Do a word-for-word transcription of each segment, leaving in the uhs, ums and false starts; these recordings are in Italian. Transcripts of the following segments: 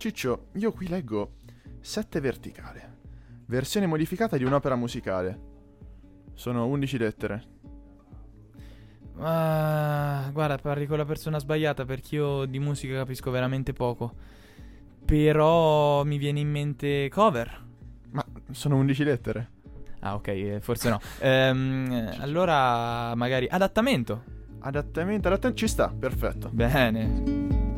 Ciccio, io qui leggo Sette verticale, versione modificata di un'opera musicale. Sono undici lettere. Ah, guarda, parli con la persona sbagliata perché io di musica capisco veramente poco. Però mi viene in mente cover. Ma sono undici lettere. Ah, ok, eh, forse no. Ehm, allora, magari adattamento. Adattamento, adattamento, ci sta, perfetto. Bene.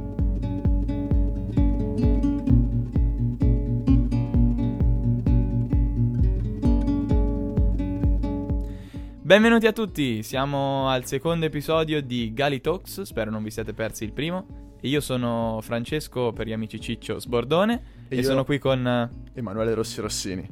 Benvenuti a tutti, siamo al secondo episodio di Gali Talks, spero non vi siate persi il primo. E io sono Francesco, per gli amici Ciccio Sbordone, e, e sono qui con Emanuele Rossi Rossini.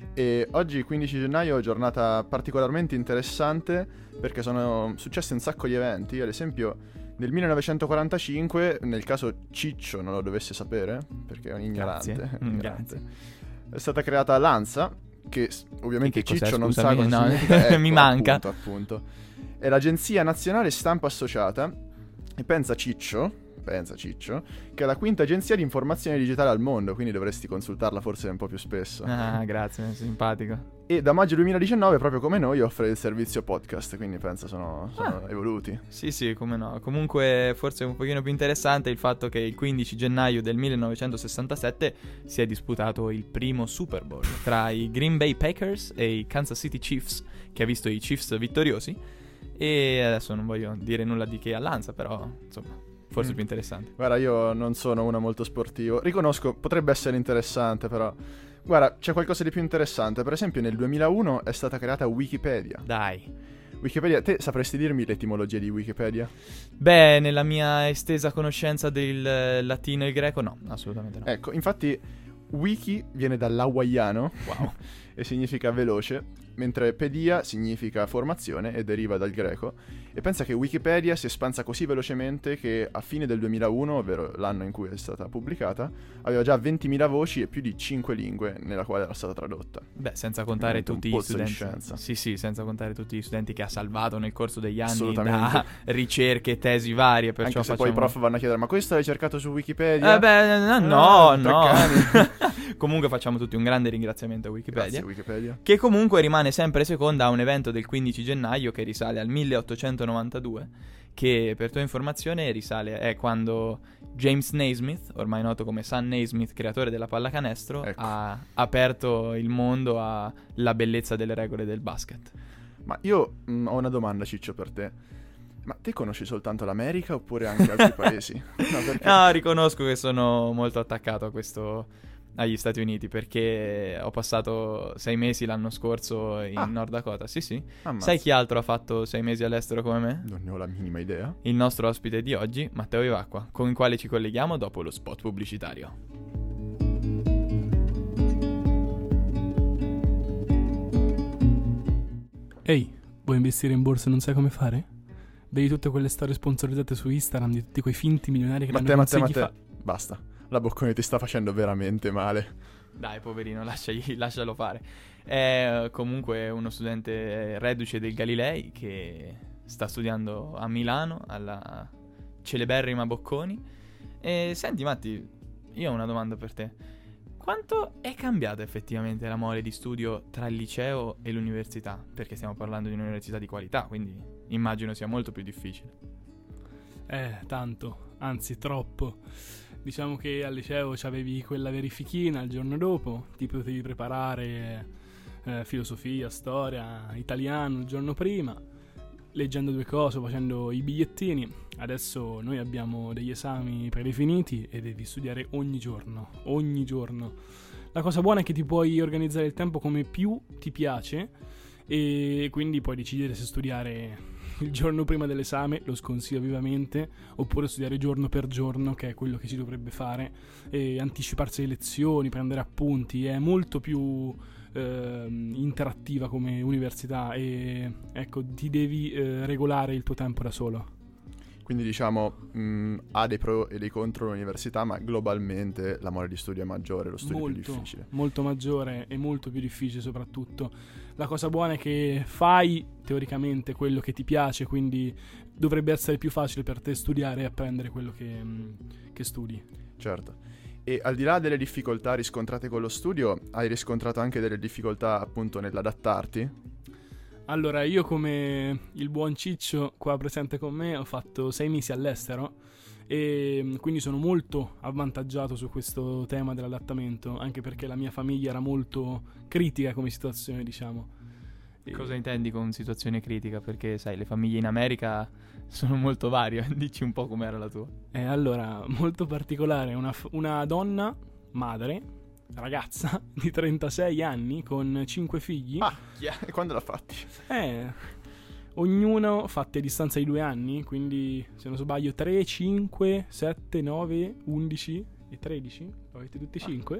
E oggi, quindici gennaio, giornata particolarmente interessante perché sono successi un sacco di eventi. Ad esempio, nel millenovecentoquarantacinque, nel caso Ciccio non lo dovesse sapere, perché è un ignorante, Grazie. un ignorante, Grazie. è stata creata l'ANSA, che ovviamente che Ciccio cos'è, non scusami? sa cosa No, significa. Ecco, mi manca. Appunto, appunto. È l'Agenzia Nazionale Stampa Associata, e pensa Ciccio... Pensa Ciccio, che è la quinta agenzia di informazione digitale al mondo, quindi dovresti consultarla forse un po' più spesso. Ah, grazie, simpatico. E da maggio duemiladiciannove, proprio come noi, offre il servizio podcast, quindi pensa sono, sono ah. evoluti. Sì, sì, come no. Comunque forse un pochino più interessante il fatto che il quindici gennaio del millenovecentosessantasette si è disputato il primo Super Bowl tra i Green Bay Packers e i Kansas City Chiefs, che ha visto i Chiefs vittoriosi. E adesso non voglio dire nulla di che all'Ansa, però insomma... forse mm. più interessante. Guarda, io non sono uno molto sportivo. Riconosco, potrebbe essere interessante, però... Guarda, c'è qualcosa di più interessante. Per esempio, nel duemilauno è stata creata Wikipedia. Dai. Wikipedia, te sapresti dirmi l'etimologia di Wikipedia? Beh, nella mia estesa conoscenza del latino e il greco, no, assolutamente no. Ecco, infatti, wiki viene dall'hawaiano. Wow. E significa veloce, mentre pedia significa formazione e deriva dal greco. E pensa che Wikipedia si è espansa così velocemente che a fine del duemilauno, ovvero l'anno in cui è stata pubblicata, aveva già ventimila voci e più di cinque lingue nella quale era stata tradotta. Beh, senza contare tutti gli studenti. Scienza. Sì, sì, senza contare tutti gli studenti che ha salvato nel corso degli anni da ricerche e tesi varie. Perciò Anche se facciamo... poi i prof vanno a chiedere: ma questo l'hai cercato su Wikipedia? Eh beh, no, no, ah, no. Comunque facciamo tutti un grande ringraziamento a Wikipedia. Grazie Wikipedia. Che comunque rimane sempre seconda a un evento del quindici gennaio che risale al milleottocentonovantadue, che per tua informazione risale è quando James Naismith, ormai noto come Sam Naismith, creatore della pallacanestro, ecco. ha aperto il mondo alla bellezza delle regole del basket. Ma io mh, ho una domanda, Ciccio, per te. Ma te conosci soltanto l'America oppure anche altri paesi? No, perché... no, riconosco che sono molto attaccato a questo, agli Stati Uniti, perché ho passato sei mesi l'anno scorso in ah. Nord Dakota. Sì, sì. Ammazza. Sai chi altro ha fatto sei mesi all'estero come me? Non ne ho la minima idea. Il nostro ospite di oggi, Matteo Vivacqua, con il quale ci colleghiamo dopo lo spot pubblicitario. Ehi, vuoi investire in borsa e non sai come fare? Vedi tutte quelle storie sponsorizzate su Instagram di tutti quei finti milionari che Matteo, danno Matteo, consigli Matteo, fa... basta. La Bocconi ti sta facendo veramente male. Dai, poverino, lasciagli, lascialo fare. È comunque uno studente reduce del Galilei che sta studiando a Milano alla celeberrima Bocconi. E senti, Matti, io ho una domanda per te. Quanto è cambiata effettivamente la mole di studio tra il liceo e l'università? Perché stiamo parlando di un'università di qualità, quindi immagino sia molto più difficile. Eh, tanto, anzi troppo. Diciamo che al liceo c'avevi quella verifichina il giorno dopo, ti potevi preparare eh, filosofia, storia, italiano il giorno prima, leggendo due cose, facendo i bigliettini. Adesso noi abbiamo degli esami predefiniti e devi studiare ogni giorno, ogni giorno. La cosa buona è che ti puoi organizzare il tempo come più ti piace e quindi puoi decidere se studiare il giorno prima dell'esame, lo sconsiglio vivamente, oppure studiare giorno per giorno, che è quello che si dovrebbe fare, e anticiparsi le lezioni, prendere appunti. È molto più eh, interattiva come università e ecco, ti devi eh, regolare il tuo tempo da solo. Quindi diciamo mh, ha dei pro e dei contro l'università, ma globalmente la mole di studio è maggiore, lo studio molto, è più difficile. Molto maggiore e molto più difficile soprattutto. La cosa buona è che fai teoricamente quello che ti piace, quindi dovrebbe essere più facile per te studiare e apprendere quello che, mh, che studi. Certo. E al di là delle difficoltà riscontrate con lo studio, hai riscontrato anche delle difficoltà appunto nell'adattarti? Allora, io come il buon Ciccio qua presente con me ho fatto sei mesi all'estero e quindi sono molto avvantaggiato su questo tema dell'adattamento, anche perché la mia famiglia era molto critica come situazione, diciamo. E... Cosa intendi con situazione critica? Perché sai, le famiglie in America sono molto varie, dici un po' com'era la tua. Eh, allora, molto particolare, una, f- una donna, madre, ragazza di trentasei anni con cinque figli. Ah, yeah. E quando l'ha fatti? Eh, ognuno fatte a distanza di due anni, quindi se non sbaglio tre, cinque, sette, nove, undici e tredici, lo avete tutti e cinque.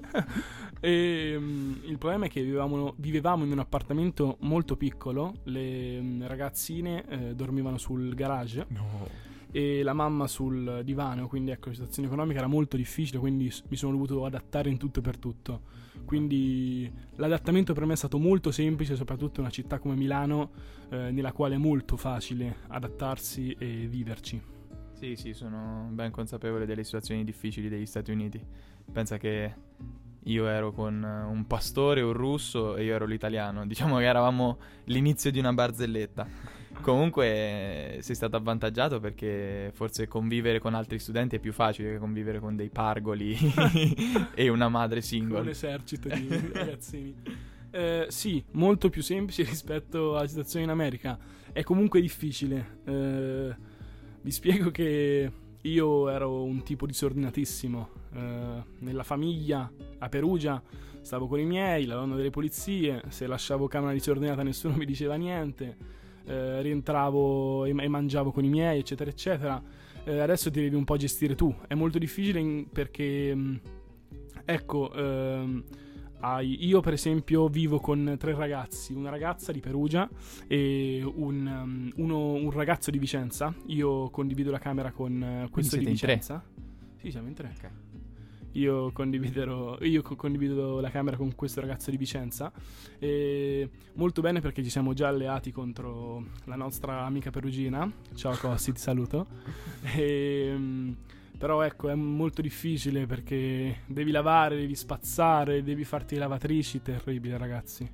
E um, il problema è che vivevamo, vivevamo in un appartamento molto piccolo, le um, ragazzine eh, dormivano sul garage. No. E la mamma sul divano, quindi ecco, la situazione economica era molto difficile, quindi mi sono dovuto adattare in tutto e per tutto. Quindi l'adattamento per me è stato molto semplice, soprattutto in una città come Milano, eh, nella quale è molto facile adattarsi e viverci. Sì, sì, sono ben consapevole delle situazioni difficili degli Stati Uniti. Pensa che io ero con un pastore, un russo, e io ero l'italiano. Diciamo che eravamo l'inizio di una barzelletta. Comunque sei stato avvantaggiato perché forse convivere con altri studenti è più facile che convivere con dei pargoli e una madre single. Un esercito di ragazzini. Eh, sì, molto più semplice rispetto alla situazione in America. È comunque difficile. Eh, vi spiego che io ero un tipo disordinatissimo. Eh, nella famiglia a Perugia stavo con i miei, la donna delle pulizie. Se lasciavo camera disordinata nessuno mi diceva niente. Eh, rientravo e, e mangiavo con i miei, eccetera eccetera. Eh, adesso ti devi un po' gestire tu. È molto difficile in, perché mh, ecco ehm, hai, io per esempio vivo con tre ragazzi, una ragazza di Perugia e un, um, uno, un ragazzo di Vicenza. Io condivido la camera con uh, questo di Vicenza. Sì, siamo in tre. Okay. Io condividerò, io condivido la camera con questo ragazzo di Vicenza. E molto bene perché ci siamo già alleati contro la nostra amica perugina. Ciao Cossi, ti saluto. E, però ecco, è molto difficile perché devi lavare, devi spazzare, devi farti le lavatrici. Terribile, ragazzi.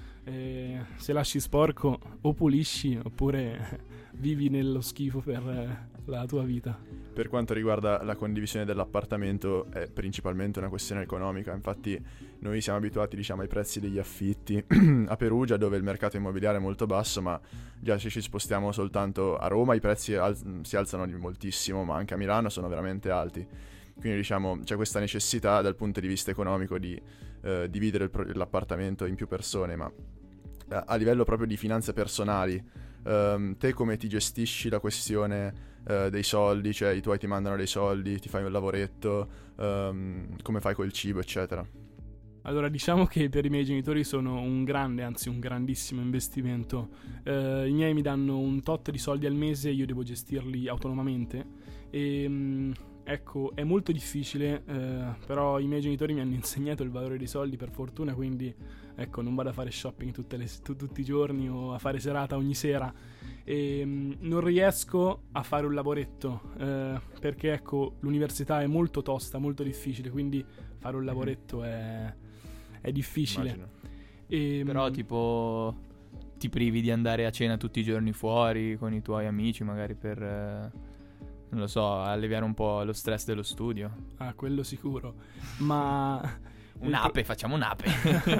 E se lasci sporco o pulisci oppure vivi nello schifo per la tua vita. Per quanto riguarda la condivisione dell'appartamento è principalmente una questione economica. Infatti noi siamo abituati, diciamo, ai prezzi degli affitti a Perugia, dove il mercato immobiliare è molto basso, ma già se ci spostiamo soltanto a Roma i prezzi al- si alzano di moltissimo, ma anche a Milano sono veramente alti. Quindi diciamo c'è questa necessità dal punto di vista economico di eh, dividere il pro- l'appartamento in più persone, ma a, a livello proprio di finanze personali, ehm, te come ti gestisci la questione Uh, dei soldi, cioè i tuoi ti mandano dei soldi, ti fai un lavoretto, um, come fai col cibo, eccetera? Allora, diciamo che per i miei genitori sono un grande, anzi un grandissimo investimento. Uh, I miei mi danno un tot di soldi al mese, io devo gestirli autonomamente e um, ecco, è molto difficile, uh, però i miei genitori mi hanno insegnato il valore dei soldi, per fortuna, quindi ecco, non vado a fare shopping tutte le, tu, tutti i giorni o a fare serata ogni sera. E um, non riesco a fare un lavoretto eh, perché ecco, l'università è molto tosta, molto difficile, quindi fare un lavoretto è, è difficile. E, però tipo ti privi di andare a cena tutti i giorni fuori con i tuoi amici, magari per eh, non lo so, alleviare un po' lo stress dello studio. Ah, quello sicuro. Ma un'ape, pro- facciamo un'ape.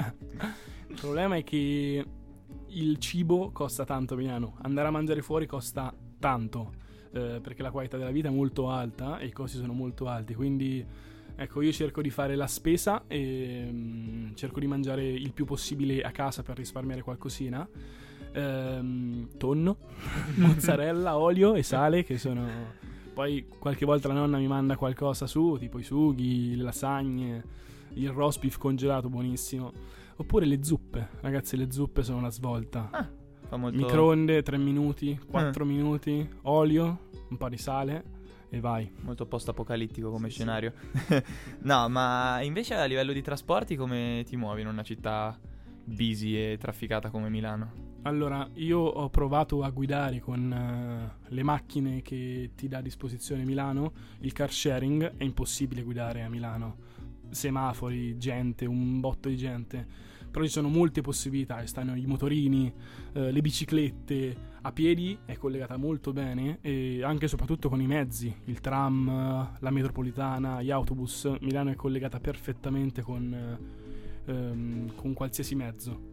Il problema è che il cibo costa tanto a Milano, andare a mangiare fuori costa tanto, eh, perché la qualità della vita è molto alta e i costi sono molto alti, quindi ecco, io cerco di fare la spesa e mh, cerco di mangiare il più possibile a casa per risparmiare qualcosina, ehm, tonno, mozzarella, olio e sale, che sono... Poi qualche volta la nonna mi manda qualcosa su, tipo i sughi, le lasagne, il roast beef congelato buonissimo. Oppure le zuppe, ragazzi, le zuppe sono una svolta. Ah, fa molto... Microonde, tre minuti, quattro eh. minuti, olio, un po' di sale e vai. Molto post-apocalittico come sì, scenario. Sì. No, ma invece a livello di trasporti come ti muovi in una città busy e trafficata come Milano? Allora, io ho provato a guidare con uh, le macchine che ti dà a disposizione Milano. Il car sharing è impossibile guidare a Milano semafori, gente, un botto di gente. Però ci sono molte possibilità, stanno i motorini, eh, le biciclette, a piedi è collegata molto bene, e anche e soprattutto con i mezzi, il tram, la metropolitana, gli autobus. Milano è collegata perfettamente con, ehm, con qualsiasi mezzo.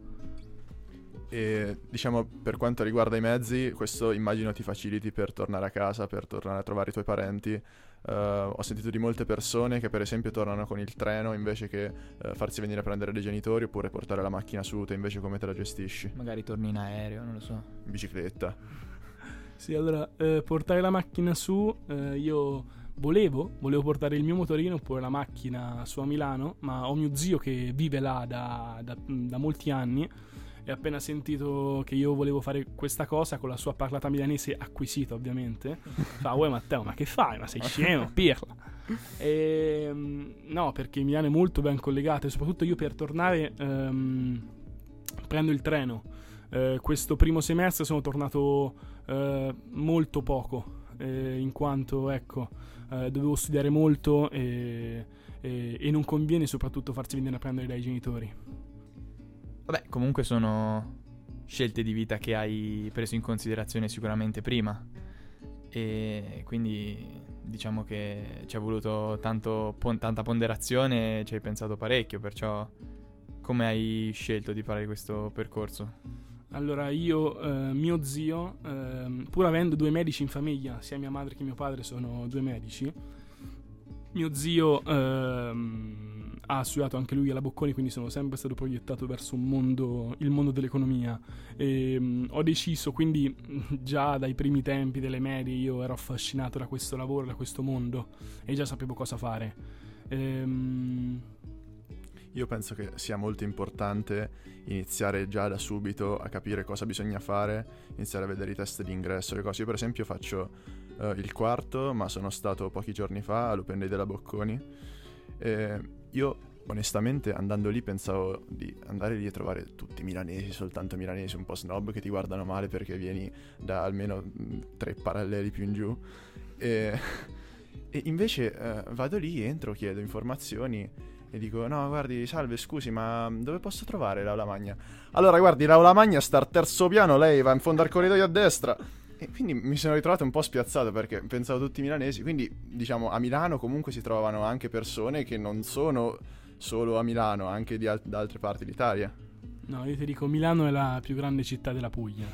E diciamo, per quanto riguarda i mezzi, questo immagino ti faciliti per tornare a casa, per tornare a trovare i tuoi parenti. Uh, ho sentito di molte persone che per esempio tornano con il treno invece che uh, farsi venire a prendere dei genitori, oppure portare la macchina su. Te invece come te la gestisci? Magari torni in aereo, non lo so. In bicicletta. Sì, allora, eh, portare la macchina su, eh, io volevo, volevo portare il mio motorino oppure la macchina su a Milano, ma ho mio zio che vive là da, da, da molti anni, e appena sentito che io volevo fare questa cosa, con la sua parlata milanese acquisita ovviamente, fa: uè Matteo, ma che fai? Ma sei scemo? Pirla. E, no, perché Milano è molto ben collegata, e soprattutto io per tornare um, prendo il treno. Uh, questo primo semestre sono tornato uh, molto poco, eh, in quanto ecco uh, dovevo studiare molto, e, e, e non conviene soprattutto farsi venire a prendere dai genitori. Vabbè, comunque sono scelte di vita che hai preso in considerazione sicuramente prima, e quindi diciamo che ci è voluto tanto, pon- tanta ponderazione, ci hai pensato parecchio. Perciò come hai scelto di fare questo percorso? Allora io, eh, mio zio, eh, pur avendo due medici in famiglia, sia mia madre che mio padre sono due medici, mio zio ehm, ha studiato anche lui alla Bocconi, quindi sono sempre stato proiettato verso un mondo, il mondo dell'economia, e mh, ho deciso, quindi già dai primi tempi delle medie io ero affascinato da questo lavoro, da questo mondo, e già sapevo cosa fare. Ehm... Io penso che sia molto importante iniziare già da subito a capire cosa bisogna fare, iniziare a vedere i test di ingresso, le cose. Io per esempio faccio uh, il quarto, ma sono stato pochi giorni fa all'Open Day della Bocconi, e io onestamente andando lì pensavo di andare lì a trovare tutti milanesi, soltanto milanesi, un po' snob, che ti guardano male perché vieni da almeno tre paralleli più in giù, e, e invece uh, vado lì, entro, chiedo informazioni e dico: no, guardi, salve, scusi, ma dove posso trovare l'Aula Magna? Allora, guardi, l'Aula Magna sta al terzo piano, lei va in fondo al corridoio a destra. E quindi mi sono ritrovato un po' spiazzato, perché pensavo tutti milanesi. Quindi, diciamo, a Milano comunque si trovano anche persone che non sono solo a Milano, anche di al- da altre parti d'Italia. No, io ti dico, Milano è la più grande città della Puglia.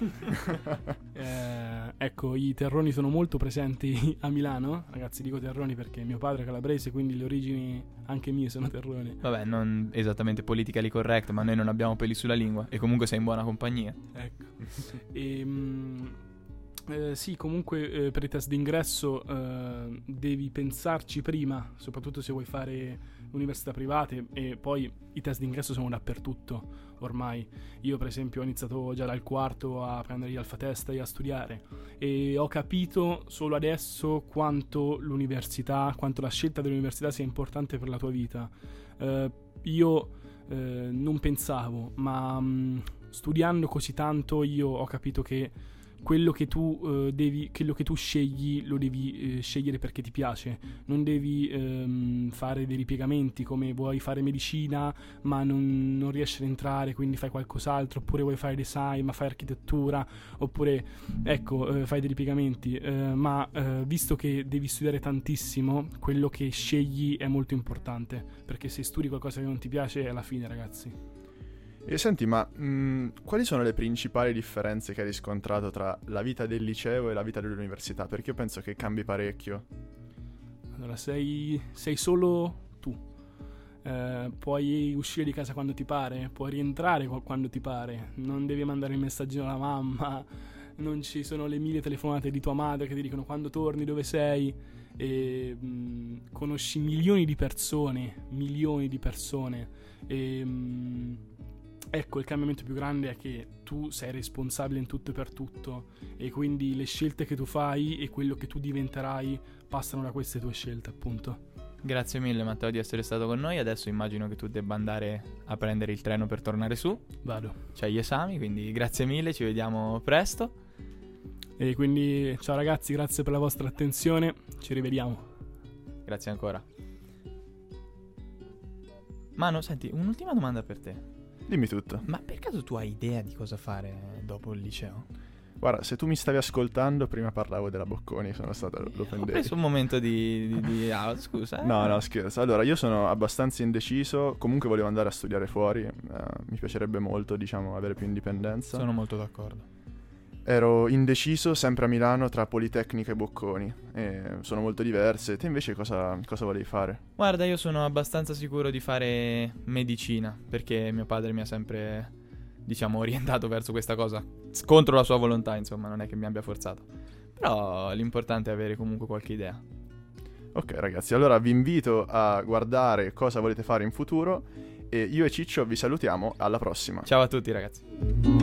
eh, ecco, i terroni sono molto presenti a Milano. Ragazzi, dico terroni perché mio padre è calabrese, quindi le origini anche mie sono terroni. Vabbè, non esattamente politically correct, ma noi non abbiamo peli sulla lingua, e comunque sei in buona compagnia. Ecco. E, mh, eh, sì, comunque eh, per i test d'ingresso eh, devi pensarci prima, soprattutto se vuoi fare università private, e poi i test d'ingresso sono dappertutto ormai. Io per esempio ho iniziato già dal quarto a prendere gli alfa test e a studiare, e ho capito solo adesso quanto l'università, quanto la scelta dell'università sia importante per la tua vita. Eh, io eh, non pensavo, ma mh, studiando così tanto io ho capito che quello che tu uh, devi, quello che tu scegli lo devi uh, scegliere perché ti piace. Non devi um, fare dei ripiegamenti come vuoi fare medicina ma non, non riesci ad entrare, quindi fai qualcos'altro, oppure vuoi fare design ma fai architettura, oppure ecco uh, fai dei ripiegamenti, uh, ma uh, visto che devi studiare tantissimo, quello che scegli è molto importante, perché se studi qualcosa che non ti piace è la fine, ragazzi. E senti, ma mh, quali sono le principali differenze che hai riscontrato tra la vita del liceo e la vita dell'università? Perché io penso che cambi parecchio. Allora, sei, sei solo tu. Eh, puoi uscire di casa quando ti pare, puoi rientrare quando ti pare, non devi mandare il messaggino alla mamma, non ci sono le mille telefonate di tua madre che ti dicono quando torni, dove sei. E, mh, conosci milioni di persone, milioni di persone. E... Mh, Ecco, il cambiamento più grande è che tu sei responsabile in tutto e per tutto, e quindi le scelte che tu fai e quello che tu diventerai passano da queste tue scelte, appunto. Grazie mille Matteo di essere stato con noi. Adesso immagino che tu debba andare a prendere il treno per tornare su. Vado. C'hai gli esami, quindi grazie mille, ci vediamo presto. E quindi ciao ragazzi, grazie per la vostra attenzione, ci rivediamo. Grazie ancora. Mano, senti, un'ultima domanda per te. Dimmi tutto. Ma per caso tu hai idea di cosa fare dopo il liceo? Guarda, se tu mi stavi ascoltando, prima parlavo della Bocconi, sono stato l'open Ho day. preso un momento di... di, di ah, scusa. Eh? No, no, scherzo. Allora, io sono abbastanza indeciso, comunque volevo andare a studiare fuori, eh, mi piacerebbe molto, diciamo, avere più indipendenza. Sono molto d'accordo. Ero indeciso, sempre a Milano, tra Politecnica e Bocconi, e sono molto diverse. Te invece cosa, cosa volevi fare? Guarda, io sono abbastanza sicuro di fare medicina, perché mio padre mi ha sempre, diciamo, orientato verso questa cosa, contro la sua volontà, insomma, non è che mi abbia forzato. Però l'importante è avere comunque qualche idea. Ok ragazzi, allora vi invito a guardare cosa volete fare in futuro e io e Ciccio vi salutiamo, alla prossima. Ciao a tutti, ragazzi.